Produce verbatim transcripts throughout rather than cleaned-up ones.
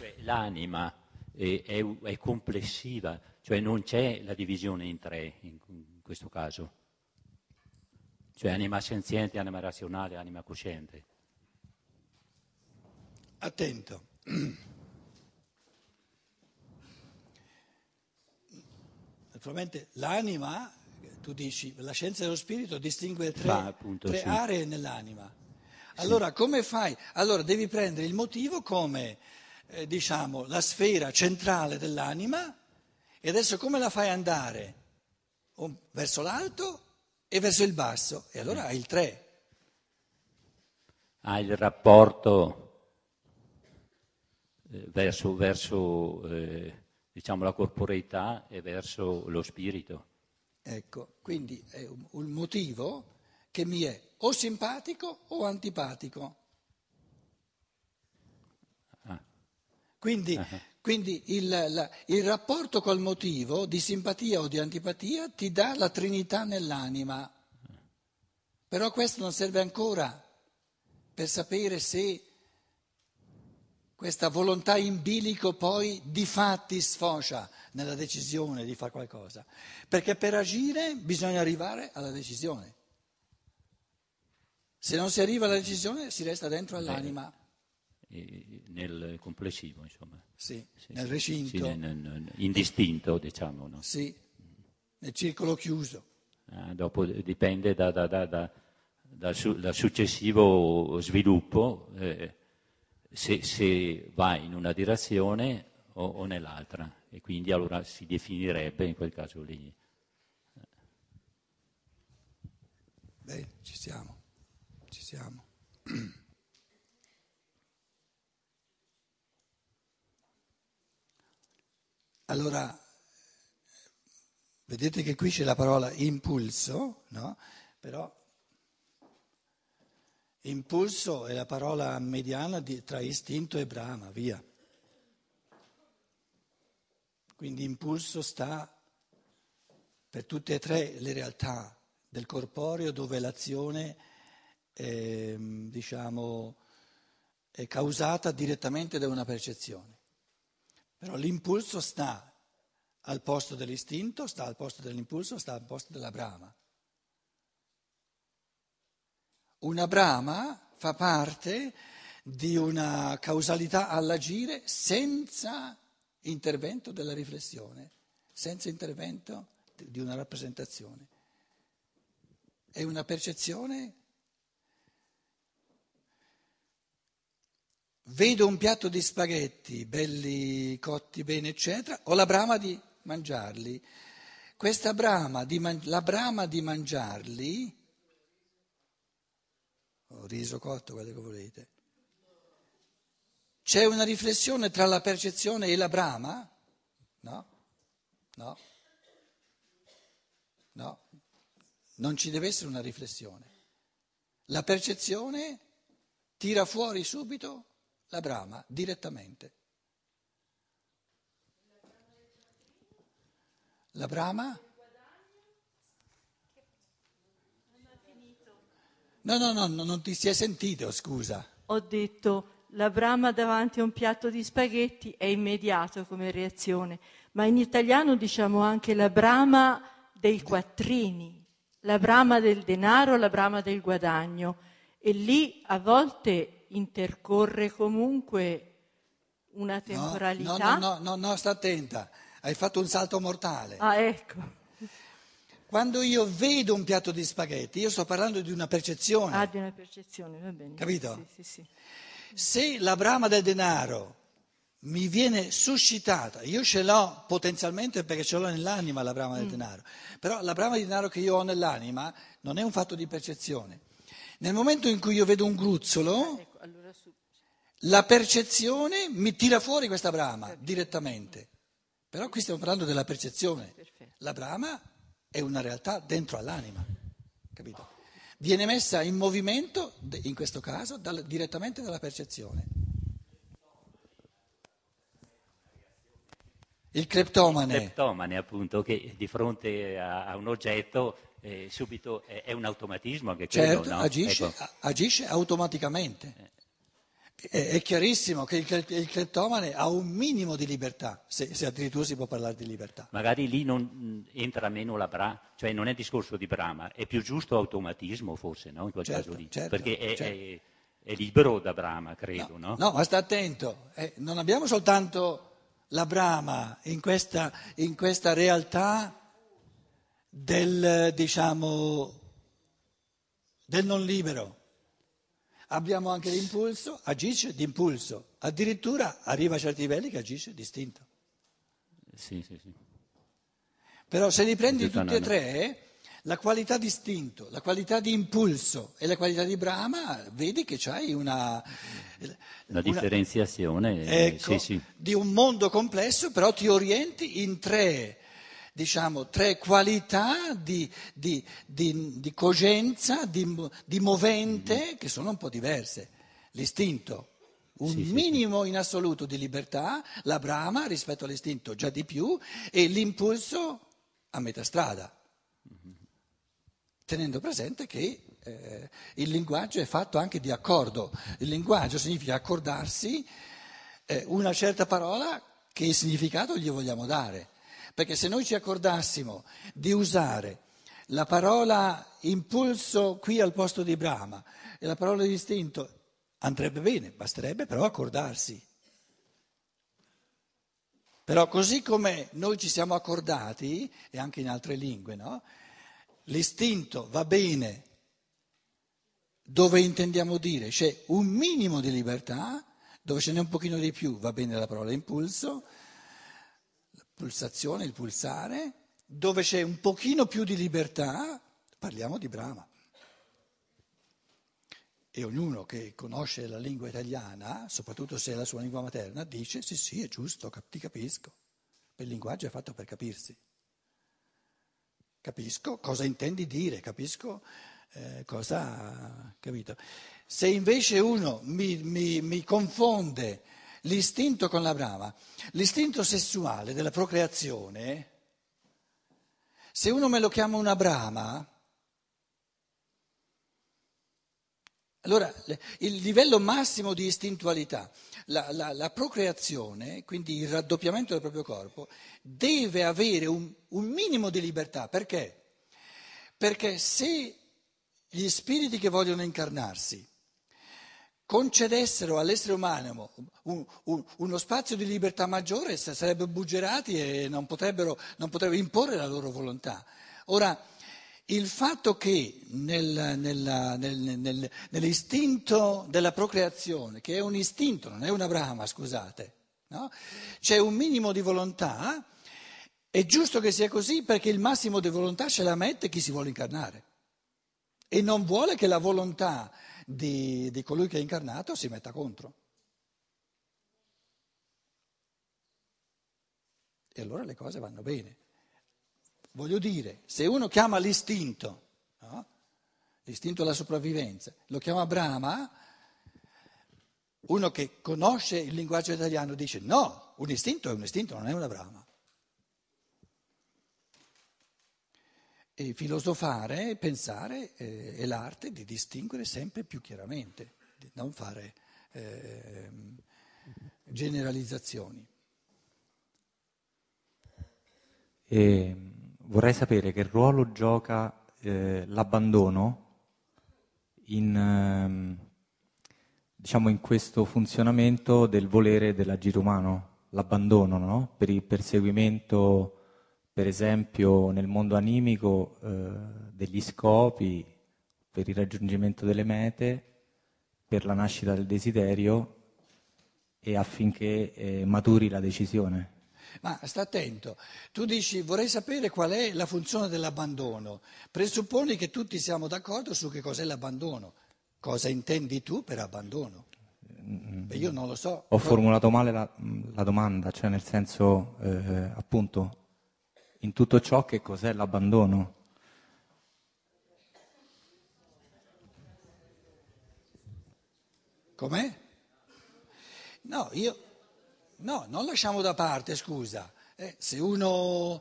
Cioè, l'anima è, è, è complessiva, cioè non c'è la divisione in tre in, in questo caso. Cioè anima senziente, anima razionale, anima cosciente. Attento. Naturalmente l'anima, tu dici, la scienza dello spirito distingue tre, Fa, appunto, tre sì. aree nell'anima. Allora, come fai? Allora devi prendere il motivo come, eh, diciamo, la sfera centrale dell'anima e adesso come la fai andare? O verso l'alto e verso il basso. E allora hai il tre. Ha il rapporto eh, verso, verso eh, diciamo, la corporeità e verso lo spirito. Ecco, quindi è un, un motivo che mi è o simpatico o antipatico. Ah. Quindi, Ah. quindi il, la, il rapporto col motivo di simpatia o di antipatia ti dà la trinità nell'anima. Però questo non serve ancora per sapere se questa volontà in bilico poi di fatti sfocia nella decisione di fare qualcosa. Perché per agire bisogna arrivare alla decisione. Se non si arriva alla decisione si resta dentro all'anima. Beh, nel complessivo, insomma. Sì, Sì, nel sì, recinto. sì, nel, nel, indistinto, diciamo. No? Sì, nel circolo chiuso. Ah, dopo dipende da, da, da, da, dal, su, dal successivo sviluppo, eh, se, se va in una direzione o, o nell'altra, e quindi allora si definirebbe in quel caso lì. Bene, ci siamo, ci siamo. Allora, vedete che qui c'è la parola impulso, no? Però impulso è la parola mediana di, tra istinto e brama, via. Quindi impulso sta per tutte e tre le realtà del corporeo dove l'azione è, diciamo, è causata direttamente da una percezione. Però l'impulso sta al posto dell'istinto, sta al posto dell'impulso, sta al posto della brama. Una brama fa parte di una causalità all'agire senza intervento della riflessione, senza intervento di una rappresentazione. È una percezione. Vedo un piatto di spaghetti, belli cotti bene, eccetera, ho la brama di mangiarli. Questa brama, di man- la brama di mangiarli, o riso cotto, quello che volete, c'è una riflessione tra la percezione e la brama? No, no, no, non ci deve essere una riflessione. La percezione tira fuori subito la brama, direttamente. La brama? No, no, no, non ti si è sentito, scusa. Ho detto, la brama davanti a un piatto di spaghetti è immediato come reazione, ma in italiano diciamo anche la brama dei quattrini, la brama del denaro, la brama del guadagno, e lì a volte intercorre comunque una temporalità. No, no, no, no, no, sta attenta, hai fatto un salto mortale. Ah, ecco. Quando io vedo un piatto di spaghetti, io sto parlando di una percezione. Ah, di una percezione, va bene. Capito? Sì, sì, sì. Se la brama del denaro mi viene suscitata, io ce l'ho potenzialmente perché ce l'ho nell'anima la brama del mm. denaro, però la brama di denaro che io ho nell'anima non è un fatto di percezione. Nel momento in cui io vedo un gruzzolo, ah, ecco, allora su... la percezione mi tira fuori questa brama Perfetto. direttamente. Però qui stiamo parlando della percezione. Perfetto. La brama è una realtà dentro all'anima, capito? Viene messa in movimento, in questo caso, dal, direttamente dalla percezione. Il cleptomane. Il cleptomane, appunto, che di fronte a, a un oggetto eh, subito è, è un automatismo anche quello, certo, no? agisce, Ecco. agisce automaticamente. È, è chiarissimo che il, il cleptomane ha un minimo di libertà, se, se addirittura si può parlare di libertà. Magari lì non mh, entra meno la Brahma, cioè non è discorso di Brahma, è più giusto automatismo forse, no? In quel Certo, caso lì, certo, perché è, certo. è, è libero da Brahma, credo, no? No, no, ma sta attento, eh, non abbiamo soltanto la Brahma in questa, in questa realtà del, diciamo, del non libero. Abbiamo anche l'impulso, agisce d'impulso, addirittura arriva a certi livelli che agisce distinto. Sì, sì, sì. Però se li prendi Giusto, tutti no, e no. tre, la qualità di istinto, la qualità di impulso e la qualità di Brahma, vedi che c'hai una... La una- differenziazione, eh, ecco, sì, sì. di un mondo complesso, però ti orienti in tre, diciamo, tre qualità di, di- di- di cogenza, di, di movente, che sono un po' diverse. L'istinto, un Sì, sì, sì. minimo in assoluto di libertà, la Brahma rispetto all'istinto già di più, e l'impulso a metà strada. Tenendo presente che eh, il linguaggio è fatto anche di accordo. Il linguaggio significa accordarsi eh, una certa parola che significato gli vogliamo dare. Perché se noi ci accordassimo di usare la parola impulso qui al posto di Brahma e la parola di istinto, andrebbe bene, basterebbe però accordarsi. Però così come noi ci siamo accordati, e anche in altre lingue, no? L'istinto va bene dove intendiamo dire c'è un minimo di libertà, dove ce n'è un pochino di più va bene la parola impulso, la pulsazione, il pulsare, dove c'è un pochino più di libertà parliamo di Brahma. E ognuno che conosce la lingua italiana, soprattutto se è la sua lingua materna, dice sì sì è giusto, cap- ti capisco, il linguaggio è fatto per capirsi. Capisco cosa intendi dire, capisco eh, cosa, capito? Se invece uno mi, mi, mi confonde l'istinto con la Brahma, l'istinto sessuale della procreazione, se uno me lo chiama una Brahma, allora il livello massimo di istintualità, la, la, la procreazione, quindi il raddoppiamento del proprio corpo, deve avere un, un minimo di libertà. Perché? Perché se gli spiriti che vogliono incarnarsi concedessero all'essere umano un, un, uno spazio di libertà maggiore, sarebbero buggerati e non potrebbero, non potrebbero imporre la loro volontà. Ora, il fatto che nel, nella, nel, nel, nell'istinto della procreazione, che è un istinto, non è una Brahma, scusate, no? C'è un minimo di volontà, è giusto che sia così perché il massimo di volontà ce la mette chi si vuole incarnare e non vuole che la volontà di, di colui che è incarnato si metta contro. E allora le cose vanno bene. Voglio dire, se uno chiama l'istinto, no? L'istinto alla sopravvivenza, lo chiama Brahma, uno che conosce il linguaggio italiano dice no, un istinto è un istinto, non è una Brahma. E filosofare, pensare eh, è l'arte di distinguere sempre più chiaramente, di non fare eh, generalizzazioni. E vorrei sapere che ruolo gioca eh, l'abbandono in, ehm, diciamo in questo funzionamento del volere dell'agire umano, l'abbandono, no? Per il perseguimento, per esempio, nel mondo animico eh, degli scopi, per il raggiungimento delle mete, per la nascita del desiderio e affinché eh, maturi la decisione. Ma sta attento, tu dici vorrei sapere qual è la funzione dell'abbandono, presupponi che tutti siamo d'accordo su che cos'è l'abbandono, cosa intendi tu per abbandono? Beh, io non lo so. Ho formulato male la, la domanda, cioè nel senso, eh, appunto, in tutto ciò che cos'è l'abbandono? Com'è? No, io... No, non lasciamo da parte, scusa. Eh, se uno...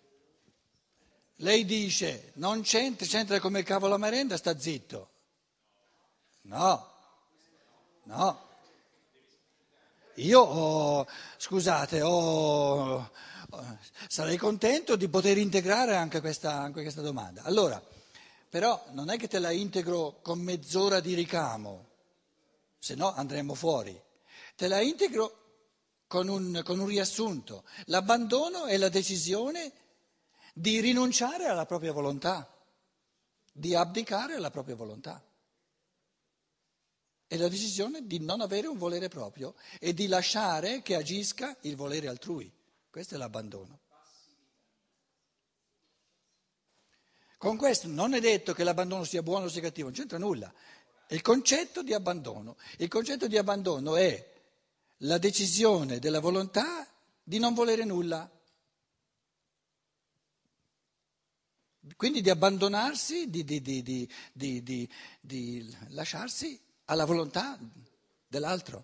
Lei dice non c'entra, c'entra come il cavolo a merenda, sta zitto. No, no. io ho, scusate, ho, sarei contento di poter integrare anche questa, anche questa domanda. Allora, però non è che te la integro con mezz'ora di ricamo, se no andremo fuori. Te la integro con un, con un riassunto. L'abbandono è la decisione di rinunciare alla propria volontà, di abdicare alla propria volontà. È la decisione di non avere un volere proprio e di lasciare che agisca il volere altrui. Questo è l'abbandono. Con questo non è detto che l'abbandono sia buono o sia cattivo, non c'entra nulla. È il concetto di abbandono. Il concetto di abbandono è la decisione della volontà di non volere nulla. Quindi di abbandonarsi, di, di, di, di, di, di, di lasciarsi alla volontà dell'altro.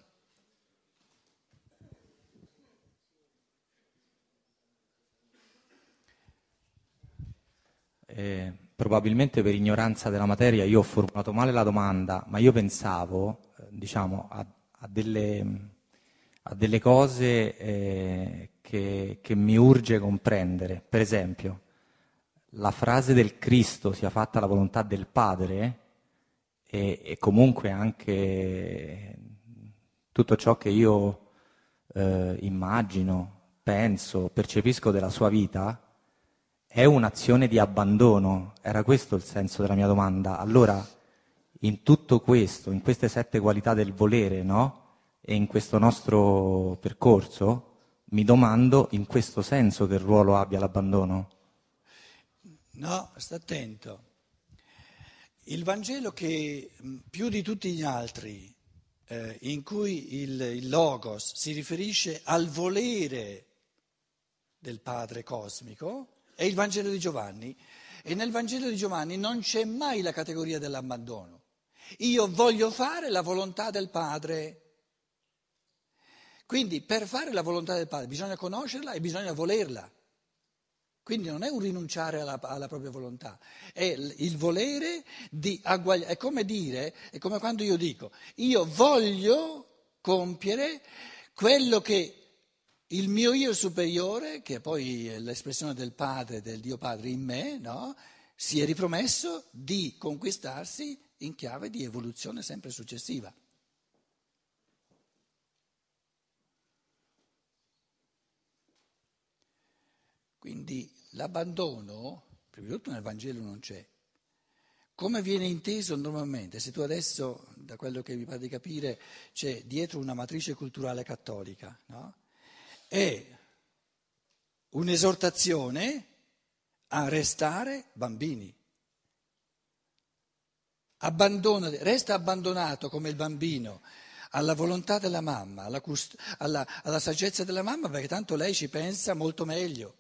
Eh, probabilmente per ignoranza della materia io ho formulato male la domanda, ma io pensavo, eh, diciamo, a, a, delle, a delle cose eh, che, che mi urge comprendere. Per esempio, la frase del Cristo sia fatta la volontà del Padre e, e comunque anche tutto ciò che io eh, immagino, penso, percepisco della sua vita è un'azione di abbandono. Era questo il senso della mia domanda. Allora, in tutto questo, in queste sette qualità del volere, no? E in questo nostro percorso, mi domando in questo senso che ruolo abbia l'abbandono. No, sta attento. Il Vangelo che più di tutti gli altri, eh, in cui il, il Logos si riferisce al volere del Padre cosmico, è il Vangelo di Giovanni. E nel Vangelo di Giovanni non c'è mai la categoria dell'abbandono. Io voglio fare la volontà del Padre. Quindi per fare la volontà del Padre bisogna conoscerla e bisogna volerla. Quindi non è un rinunciare alla, alla propria volontà, è il volere di agguagliare. È come dire, è come quando io dico, io voglio compiere quello che il mio io superiore, che è poi l'espressione del Padre, del Dio Padre in me, no? Si è ripromesso di conquistarsi in chiave di evoluzione sempre successiva. Quindi l'abbandono, prima di tutto nel Vangelo non c'è. Come viene inteso normalmente? Se tu adesso, da quello che mi pare di capire, c'è dietro una matrice culturale cattolica, no? È un'esortazione a restare bambini. Abbandona, resta abbandonato come il bambino alla volontà della mamma, alla, cust- alla, alla saggezza della mamma, perché tanto lei ci pensa molto meglio.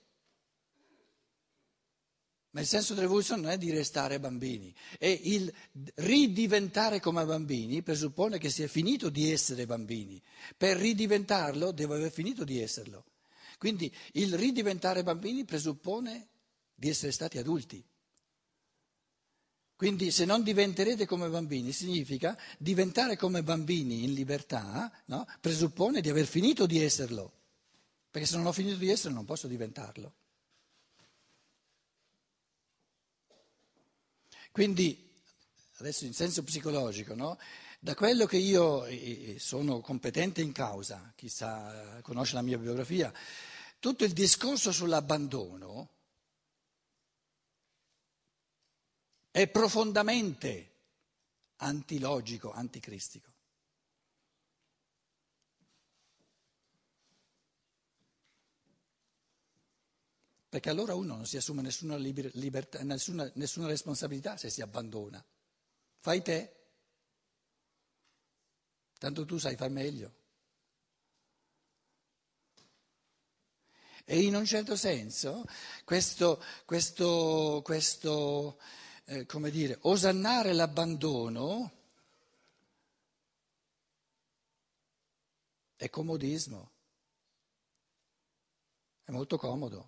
Ma il senso dell'evoluzione non è di restare bambini, è il ridiventare come bambini, presuppone che si è finito di essere bambini. Per ridiventarlo devo aver finito di esserlo. Quindi il ridiventare bambini presuppone di essere stati adulti. Quindi se non diventerete come bambini significa diventare come bambini in libertà, no? Presuppone di aver finito di esserlo, perché se non ho finito di esserlo non posso diventarlo. Quindi, adesso in senso psicologico, no? Da quello che io sono competente in causa, chi sa, conosce la mia biografia, tutto il discorso sull'abbandono è profondamente antilogico, anticristico. Perché allora uno non si assume nessuna, liber- libertà, nessuna, nessuna responsabilità se si abbandona. Fai te, tanto tu sai far meglio. E in un certo senso questo, questo, questo eh, come dire, osannare l'abbandono è comodismo, è molto comodo.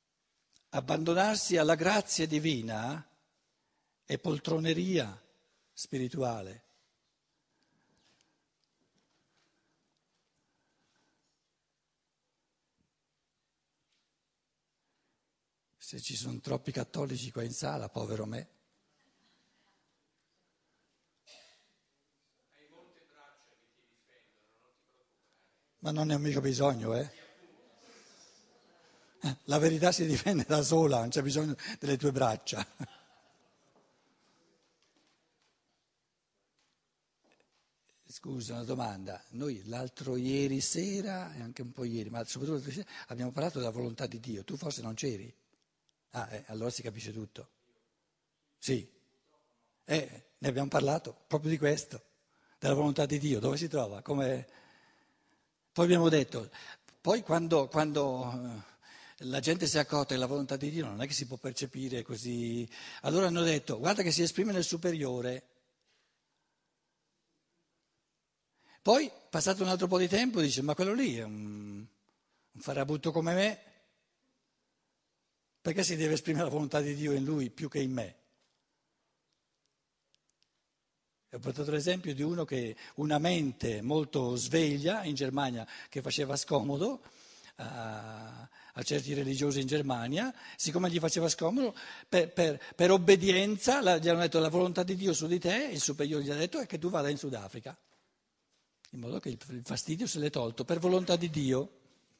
Abbandonarsi alla grazia divina è poltroneria, spirituale. Se ci sono troppi cattolici qua in sala, povero me. Hai molte braccia che ti difendono, non ti preoccupare. Ma non ne ho mica bisogno, eh. La verità si difende da sola, non c'è bisogno delle tue braccia. Scusa, una domanda. Noi l'altro ieri sera, e anche un po' ieri, ma soprattutto l'altro sera, abbiamo parlato della volontà di Dio. Tu forse non c'eri? Ah, eh, allora si capisce tutto. Sì. Eh, ne abbiamo parlato proprio di questo, della volontà di Dio. Dove si trova? Come... Poi abbiamo detto, poi quando... quando la gente si è accorta che la volontà di Dio non è che si può percepire così. Allora hanno detto, guarda che si esprime nel superiore. Poi, passato un altro po' di tempo, dice, ma quello lì è un, un farabutto come me, perché si deve esprimere la volontà di Dio in lui più che in me? Ho portato l'esempio di uno che, una mente molto sveglia in Germania, che faceva scomodo a, a certi religiosi in Germania, siccome gli faceva scomodo, per, per, per obbedienza la, gli hanno detto la volontà di Dio su di te, il superiore gli ha detto è che tu vada in Sudafrica, in modo che il, il fastidio se l'è tolto, per volontà di Dio.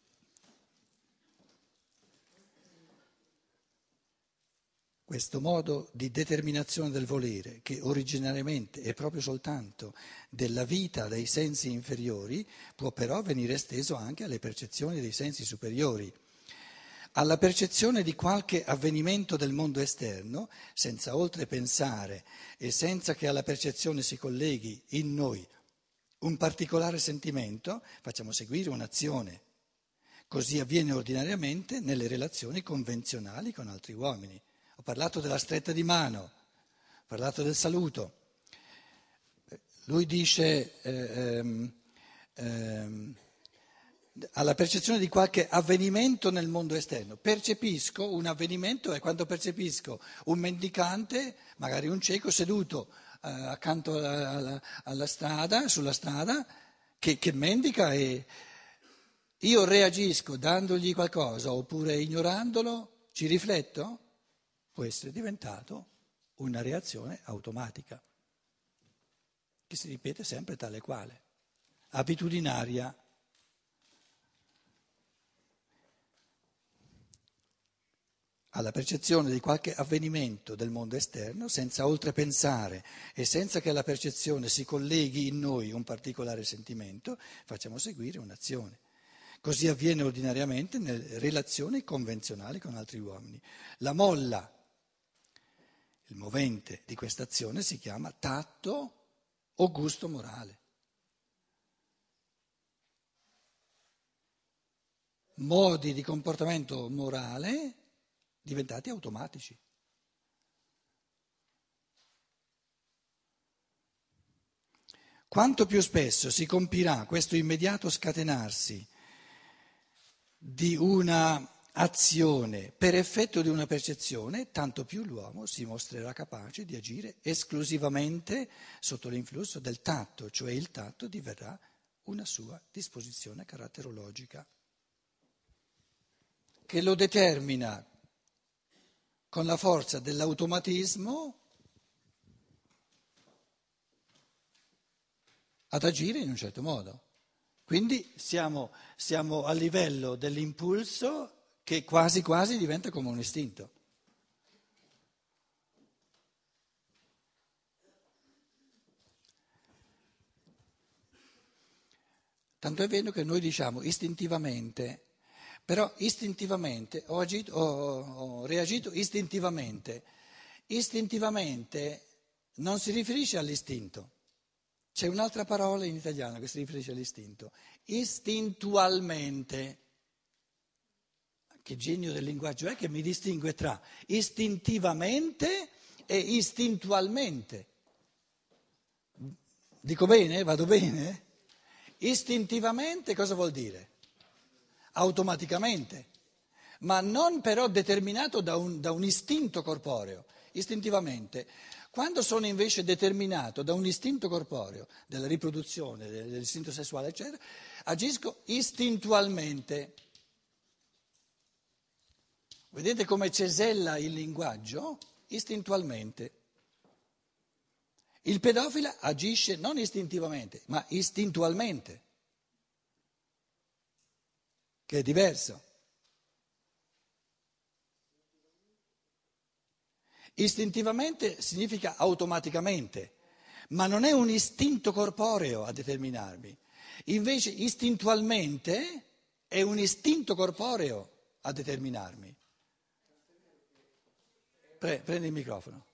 Questo modo di determinazione del volere, che originariamente è proprio soltanto della vita dei sensi inferiori, può però venire esteso anche alle percezioni dei sensi superiori. Alla percezione di qualche avvenimento del mondo esterno, senza oltre pensare e senza che alla percezione si colleghi in noi un particolare sentimento, facciamo seguire un'azione. Così avviene ordinariamente nelle relazioni convenzionali con altri uomini. Ho parlato della stretta di mano, ho parlato del saluto. Lui dice ehm, ehm, alla percezione di qualche avvenimento nel mondo esterno. Percepisco un avvenimento e quando percepisco un mendicante, magari un cieco, seduto eh, accanto alla, alla, alla strada, sulla strada, che, che mendica e io reagisco dandogli qualcosa oppure ignorandolo, ci rifletto? Può essere diventato una reazione automatica, che si ripete sempre tale quale, abitudinaria. Alla percezione di qualche avvenimento del mondo esterno, senza oltre pensare e senza che alla percezione si colleghi in noi un particolare sentimento, facciamo seguire un'azione. Così avviene ordinariamente nelle relazioni convenzionali con altri uomini. La molla, il movente di questa azione si chiama tatto o gusto morale. Modi di comportamento morale diventati automatici. Quanto più spesso si compirà questo immediato scatenarsi di una azione per effetto di una percezione, tanto più l'uomo si mostrerà capace di agire esclusivamente sotto l'influsso del tatto, cioè il tatto diverrà una sua disposizione caratterologica, che lo determina con la forza dell'automatismo ad agire in un certo modo. Quindi siamo, siamo a livello dell'impulso che quasi quasi diventa come un istinto. Tanto è vero che noi diciamo istintivamente, però istintivamente ho, agito, ho, ho reagito istintivamente. Istintivamente non si riferisce all'istinto. C'è un'altra parola in italiano che si riferisce all'istinto. Istintualmente. Che genio del linguaggio è che mi distingue tra istintivamente e istintualmente. Dico bene? Vado bene? Istintivamente cosa vuol dire? Automaticamente, ma non però determinato da un, da un istinto corporeo. Istintivamente, Quando sono invece determinato da un istinto corporeo, della riproduzione, dell'istinto sessuale, eccetera, agisco istintualmente. Vedete come cesella il linguaggio? Istintualmente. Il pedofilo agisce non istintivamente, ma istintualmente, che è diverso. Istintivamente significa automaticamente, ma non è un istinto corporeo a determinarmi. Invece istintualmente è un istinto corporeo a determinarmi. Pre- prendi il microfono.